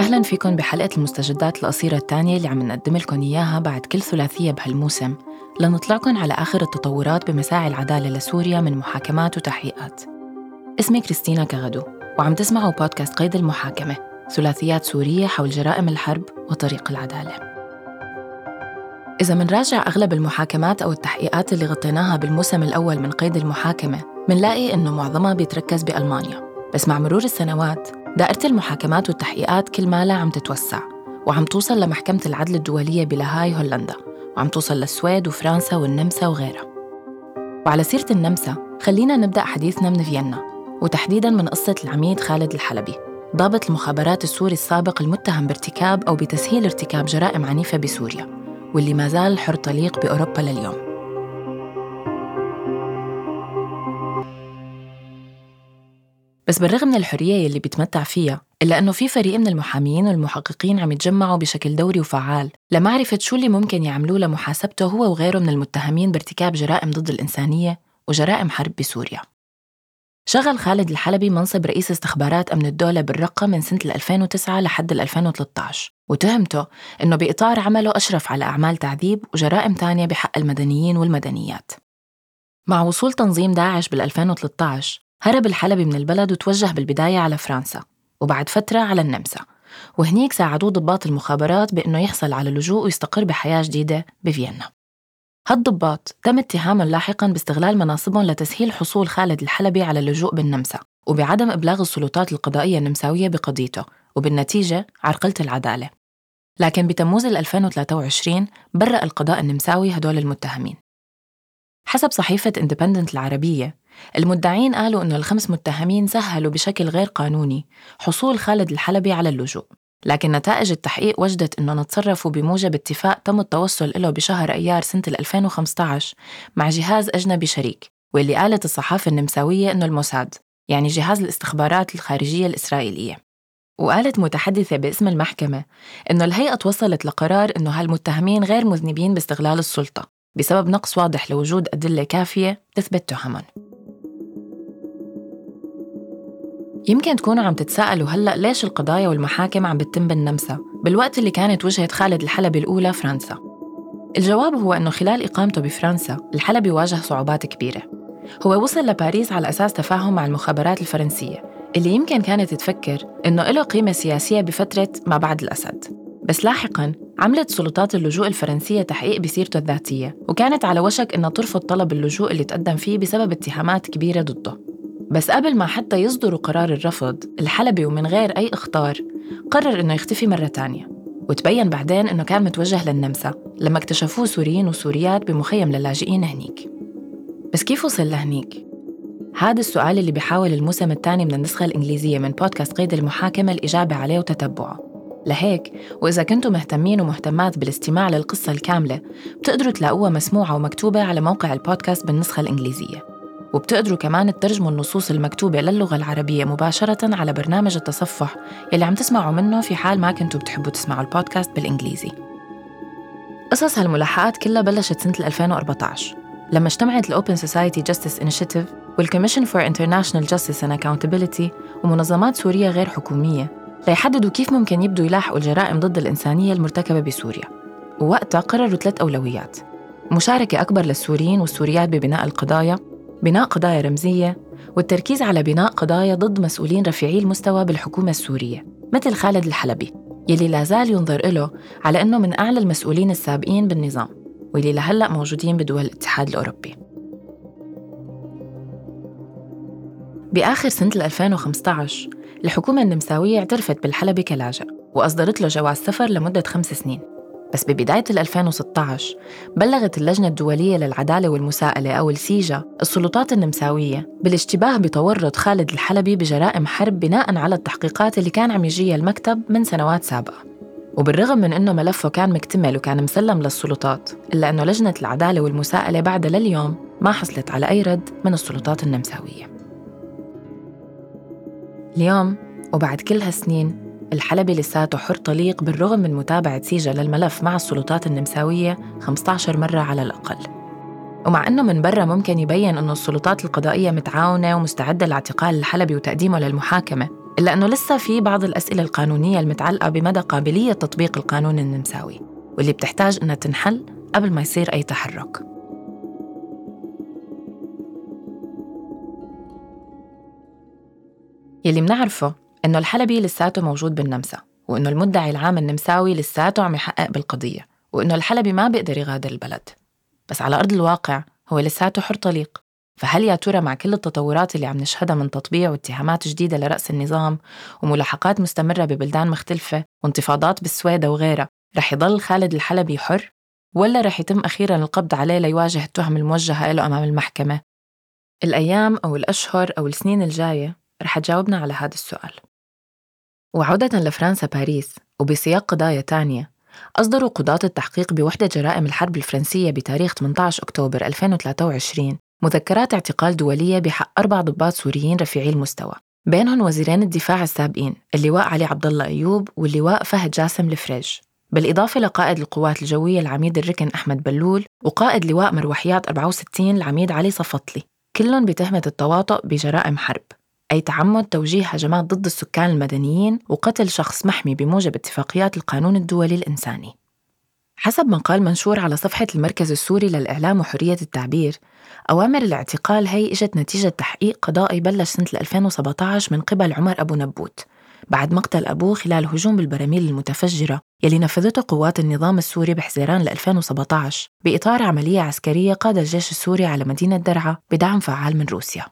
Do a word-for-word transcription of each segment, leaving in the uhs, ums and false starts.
أهلاً فيكم بحلقة المستجدات القصيرة الثانية اللي عم نقدم لكم إياها بعد كل ثلاثية بهالموسم لنطلعكم على آخر التطورات بمساعي العدالة لسوريا من محاكمات وتحقيقات. اسمي كريستينا كغدو وعم تسمعوا بودكاست قيد المحاكمة، ثلاثيات سورية حول جرائم الحرب وطريق العدالة. إذا منراجع أغلب المحاكمات أو التحقيقات اللي غطيناها بالموسم الأول من قيد المحاكمة منلاقي إنه معظمها بيتركز بألمانيا، بس مع مرور السنوات دائرة المحاكمات والتحقيقات كل مالها عم تتوسع وعم توصل لمحكمة العدل الدولية بلاهاي هولندا، وعم توصل للسويد وفرنسا والنمسا وغيرها. وعلى سيرة النمسا خلينا نبدأ حديثنا من فيينا، وتحديداً من قصة العميد خالد الحلبي، ضابط المخابرات السوري السابق المتهم بارتكاب أو بتسهيل ارتكاب جرائم عنيفة بسوريا، واللي ما زال حر طليق بأوروبا لليوم. بس بالرغم من الحرية اللي بيتمتع فيها، إلا أنه في فريق من المحامين والمحققين عم يتجمعوا بشكل دوري وفعال لمعرفة شو اللي ممكن يعملوه لمحاسبته هو وغيره من المتهمين بارتكاب جرائم ضد الإنسانية وجرائم حرب بسوريا. شغل خالد الحلبي منصب رئيس استخبارات أمن الدولة بالرقة من سنة ألفين وتسعة لحد ألفين وثلاثة عشر، وتهمته أنه بإطار عمله أشرف على أعمال تعذيب وجرائم تانية بحق المدنيين والمدنيات. مع وصول تنظيم داعش بال2013 هرب الحلبي من البلد وتوجه بالبداية على فرنسا وبعد فترة على النمسا، وهنيك ساعدوه ضباط المخابرات بأنه يحصل على لجوء ويستقر بحياة جديدة بفيينا. هالضباط تم اتهامهم لاحقاً باستغلال مناصبهم لتسهيل حصول خالد الحلبي على اللجوء بالنمسا وبعدم إبلاغ السلطات القضائية النمساوية بقضيته، وبالنتيجة عرقلة العدالة. لكن بتموز ألفين وثلاثة وعشرين برأ القضاء النمساوي هدول المتهمين. حسب صحيفة إندبندنت العربية، المدعين قالوا إنه الخمس متهمين سهلوا بشكل غير قانوني حصول خالد الحلبي على اللجوء، لكن نتائج التحقيق وجدت إنه تصرفوا بموجب اتفاق تم التوصل له بشهر أيار سنة ألفين وخمسة عشر مع جهاز أجنبي شريك، واللي قالت الصحافة النمساوية إنه الموساد، يعني جهاز الاستخبارات الخارجية الإسرائيلية. وقالت متحدثة باسم المحكمة إنه الهيئة توصلت لقرار إنه هالمتهمين غير مذنبين باستغلال السلطة بسبب نقص واضح لوجود أدلة كافية تثبت تهمهم. يمكن تكونوا عم تتساءلوا هلأ ليش القضايا والمحاكم عم بتتم بالنمسا بالوقت اللي كانت وجهة خالد الحلبي الأولى فرنسا. الجواب هو أنه خلال إقامته بفرنسا الحلبي واجه صعوبات كبيرة. هو وصل لباريس على أساس تفاهم مع المخابرات الفرنسية اللي يمكن كانت تفكر أنه له قيمة سياسية بفترة ما بعد الأسد، بس لاحقاً عملت سلطات اللجوء الفرنسية تحقيق بسيرته الذاتية، وكانت على وشك أنها ترفض طلب اللجوء اللي تقدم فيه بسبب اتهامات كبيرة ضده. بس قبل ما حتى يصدروا قرار الرفض، الحلبي ومن غير أي إخطار قرر إنه يختفي مرة تانية، وتبين بعدين إنه كان متوجه للنمسا لما اكتشفوه سوريين وسوريات بمخيم للاجئين هنيك. بس كيف وصل لهنيك؟ هذا السؤال اللي بيحاول الموسم الثاني من النسخة الإنجليزية من بودكاست قيد المحاكمة الإجابة عليه وتتبعه. لهيك وإذا كنتوا مهتمين ومهتمات بالاستماع للقصة الكاملة بتقدروا تلاقوها مسموعة ومكتوبة على موقع البودكاست بالنسخة الإنجليزية، وبتقدروا كمان تترجموا النصوص المكتوبة للغة العربية مباشرة على برنامج التصفح يلي عم تسمعوا منه في حال ما كنتوا بتحبوا تسمعوا البودكاست بالإنجليزي. قصص هالملاحقات كلها بلشت سنة ألفين وأربعة عشر لما اجتمعت الأوبن سوسايتي جاستس إنيشيتيف والكوميشن فور انترناشنال جاستس اند اكاونتابيلتي ومنظمات سورية غير حكومية ليحددوا كيف ممكن يبدوا يلاحقوا الجرائم ضد الإنسانية المرتكبة بسوريا. ووقتها قرروا ثلاث أولويات: مشاركة أكبر للسوريين والسوريات ببناء القضايا، بناء قضايا رمزية، والتركيز على بناء قضايا ضد مسؤولين رفيعي المستوى بالحكومة السورية مثل خالد الحلبي يلي لازال ينظر له على أنه من أعلى المسؤولين السابقين بالنظام واللي لهلأ موجودين بدول الاتحاد الأوروبي. بآخر سنة ألفين وخمسة عشر الحكومة النمساوية اعترفت بالحلبي كلاجئ وأصدرت له جواز سفر لمدة خمس سنين. بس ببداية ألفين وستة عشر بلغت اللجنة الدولية للعدالة والمساءلة أو السيجا السلطات النمساوية بالاشتباه بتورط خالد الحلبي بجرائم حرب بناء على التحقيقات اللي كان عم يجيها المكتب من سنوات سابقة. وبالرغم من أنه ملفه كان مكتمل وكان مسلم للسلطات، إلا أنه لجنة العدالة والمساءلة بعد لليوم ما حصلت على أي رد من السلطات النمساوية. اليوم وبعد كل هالسنين الحلبي لساته حر طليق بالرغم من متابعة سيجا للملف مع السلطات النمساوية خمسة عشر مرة على الأقل. ومع أنه من برا ممكن يبين أنه السلطات القضائية متعاونة ومستعدة لاعتقال الحلبي وتقديمه للمحاكمة، إلا أنه لسه في بعض الأسئلة القانونية المتعلقة بمدى قابلية تطبيق القانون النمساوي، واللي بتحتاج أنها تنحل قبل ما يصير أي تحرك. يلي منعرفه إنه الحلبي لساته موجود بالنمسا، وإنه المدعي العام النمساوي لساته عم يحقق بالقضية، وإنه الحلبي ما بيقدر يغادر البلد. بس على أرض الواقع هو لساته حر طليق. فهل يا ترى مع كل التطورات اللي عم نشهدها من تطبيع واتهامات جديدة لرأس النظام وملاحقات مستمرة ببلدان مختلفة وانتفاضات بالسويدة وغيرها، رح يضل خالد الحلبي حر؟ ولا رح يتم أخيراً القبض عليه ليواجه التهم الموجهة له أمام المحكمة؟ الأيام أو الأشهر أو السنين الجاية رح تجاوبنا على هذا السؤال. وعودة لفرنسا باريس وبسياق قضايا تانية، أصدروا قضاة التحقيق بوحدة جرائم الحرب الفرنسية بتاريخ ثمانية عشر أكتوبر ألفين وثلاثة وعشرين مذكرات اعتقال دولية بحق أربع ضباط سوريين رفيعي المستوى، بينهم وزيرين الدفاع السابقين اللواء علي عبد الله أيوب واللواء فهد جاسم الفريج، بالإضافة لقائد القوات الجوية العميد الركن أحمد بلول وقائد لواء مروحيات أربعة وستين العميد علي صفطلي، كلهم بتهمة التواطؤ بجرائم حرب، أي تعمد توجيه هجمات ضد السكان المدنيين وقتل شخص محمي بموجب اتفاقيات القانون الدولي الإنساني. حسب ما قال منشور على صفحة المركز السوري للإعلام وحرية التعبير، أوامر الاعتقال هي إجت نتيجة تحقيق قضائي بلش سنة ألفين وسبعة عشر من قبل عمر أبو نبوت بعد مقتل أبوه خلال هجوم بالبراميل المتفجرة يلي نفذته قوات النظام السوري بحزيران ألفين وسبعة عشر بإطار عملية عسكرية قاد الجيش السوري على مدينة درعا بدعم فعال من روسيا.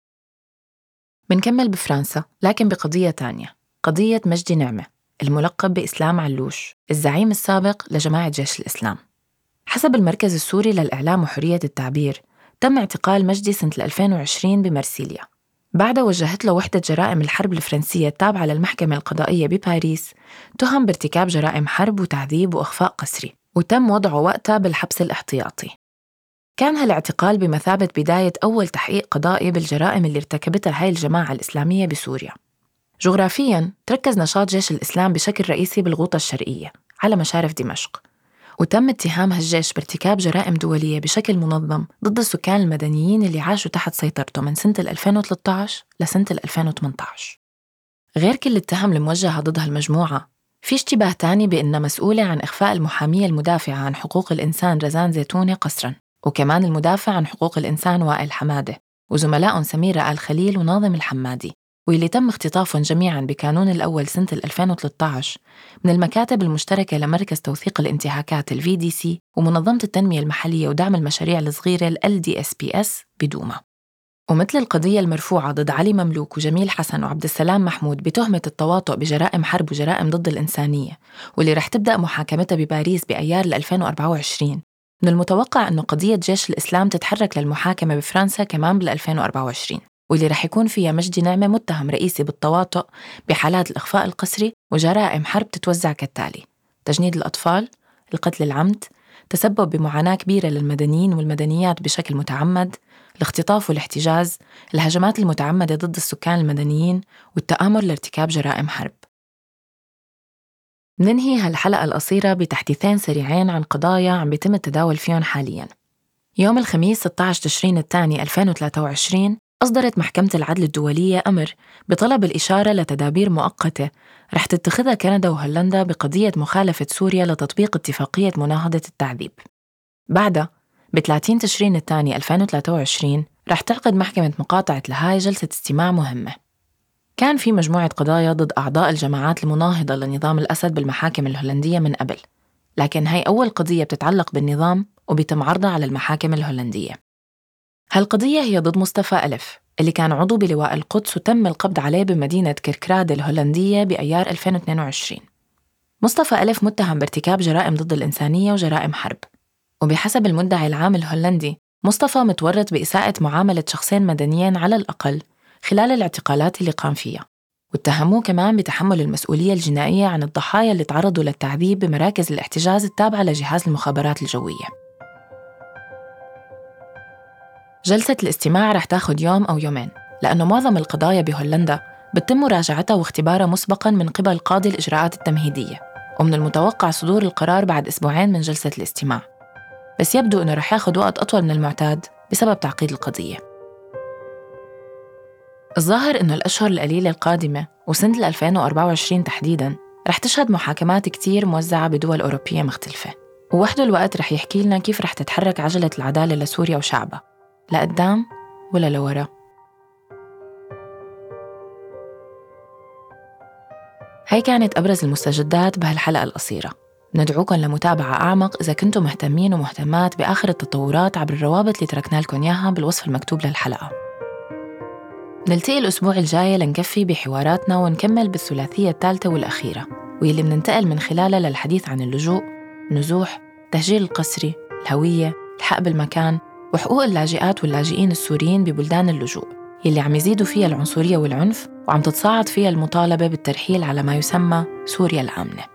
بنكمل بفرنسا لكن بقضية تانية، قضية مجدي نعمة الملقب بإسلام علوش، الزعيم السابق لجماعة جيش الإسلام. حسب المركز السوري للإعلام وحرية التعبير، تم اعتقال مجدي سنة ألفين وعشرين بمرسيليا. بعدها وجهت له وحدة جرائم الحرب الفرنسية التابعة للمحكمة القضائية بباريس تهم بارتكاب جرائم حرب وتعذيب وإخفاء قسري، وتم وضعه وقتها بالحبس الاحتياطي. كان هالاعتقال بمثابة بداية أول تحقيق قضائي بالجرائم اللي ارتكبتها هاي الجماعة الإسلامية بسوريا. جغرافياً تركز نشاط جيش الإسلام بشكل رئيسي بالغوطة الشرقية على مشارف دمشق، وتم اتهام هالجيش بارتكاب جرائم دولية بشكل منظم ضد السكان المدنيين اللي عاشوا تحت سيطرته من سنة ألفين وثلاثة عشر لسنة ألفين وثمانية عشر. غير كل التهم الموجهة ضد هالمجموعة، في اشتباه تاني بأنها مسؤولة عن إخفاء المحامية المدافعة عن حقوق الإنسان رزان زيتوني قسراً، وكمان المدافع عن حقوق الإنسان وائل حمادة وزملائهم سميرة آل خليل وناظم الحمادي، واللي تم اختطافهم جميعاً بكانون الأول سنة ألفين وثلاثة عشر من المكاتب المشتركة لمركز توثيق الانتهاكات ال في دي سي ومنظمة التنمية المحلية ودعم المشاريع الصغيرة ال إل دي إس بي إس بدوما. ومثل القضية المرفوعة ضد علي مملوك وجميل حسن وعبد السلام محمود بتهمة التواطؤ بجرائم حرب وجرائم ضد الإنسانية، واللي رح تبدأ محاكمتها بباريس بأيار ألفين وأربعة وعشرين، من المتوقع أنه قضية جيش الإسلام تتحرك للمحاكمة بفرنسا كمان بال ألفين وأربعة وعشرين، واللي رح يكون فيها مجدي نعمة متهم رئيسي بالتواطؤ بحالات الإخفاء القسري وجرائم حرب تتوزع كالتالي: تجنيد الأطفال، القتل العمد، تسبب بمعاناة كبيرة للمدنيين والمدنيات بشكل متعمد، الاختطاف والاحتجاز، الهجمات المتعمدة ضد السكان المدنيين، والتآمر لارتكاب جرائم حرب. ننهي هالحلقة القصيرة بتحديثين سريعين عن قضايا عم بيتم التداول فيهم حالياً. يوم الخميس ستة عشر تشرين الثاني ألفين وثلاثة وعشرين أصدرت محكمة العدل الدولية أمر بطلب الإشارة لتدابير مؤقتة رح تتخذها كندا وهولندا بقضية مخالفة سوريا لتطبيق اتفاقية مناهضة التعذيب. بعدها ب ثلاثين تشرين الثاني ألفين وثلاثة وعشرين رح تعقد محكمة مقاطعة لاهاي جلسة استماع مهمة. كان في مجموعة قضايا ضد أعضاء الجماعات المناهضة لنظام الأسد بالمحاكم الهولندية من قبل، لكن هاي أول قضية بتتعلق بالنظام وبيتم عرضها على المحاكم الهولندية. هالقضية هي ضد مصطفى ألف اللي كان عضو بلواء القدس وتم القبض عليه بمدينة كركراد الهولندية بأيار ألفين واثنين وعشرين. مصطفى ألف متهم بارتكاب جرائم ضد الإنسانية وجرائم حرب، وبحسب المدعي العام الهولندي مصطفى متورط بإساءة معاملة شخصين مدنيين على الأقل خلال الاعتقالات اللي قام فيها، واتهموه كمان بتحمل المسؤولية الجنائية عن الضحايا اللي تعرضوا للتعذيب بمراكز الاحتجاز التابعة لجهاز المخابرات الجوية. جلسة الاستماع رح تاخد يوم أو يومين، لأنه معظم القضايا بهولندا بتم مراجعتها واختبارها مسبقاً من قبل قاضي الإجراءات التمهيدية، ومن المتوقع صدور القرار بعد أسبوعين من جلسة الاستماع، بس يبدو أنه رح ياخد وقت أطول من المعتاد بسبب تعقيد القضية. الظاهر إنه الأشهر القليلة القادمة وسنة ألفين وأربعة وعشرين تحديداً رح تشهد محاكمات كتير موزعة بدول أوروبية مختلفة، ووحده الوقت رح يحكي لنا كيف رح تتحرك عجلة العدالة لسوريا وشعبها، لقدام ولا لورا. هاي كانت أبرز المستجدات بهالحلقة القصيرة. ندعوكم لمتابعة أعمق إذا كنتم مهتمين ومهتمات بآخر التطورات عبر الروابط اللي تركنا لكم إياها بالوصف المكتوب للحلقة. نلتقي الأسبوع الجاي لنكفي بحواراتنا ونكمل بالثلاثية الثالثة والأخيرة، واللي مننتقل من خلالها للحديث عن اللجوء، النزوح، التهجير القسري، الهوية، الحق بالمكان، وحقوق اللاجئات واللاجئين السوريين ببلدان اللجوء، يلي عم يزيدوا فيها العنصرية والعنف وعم تتصاعد فيها المطالبة بالترحيل على ما يسمى سوريا الآمنة.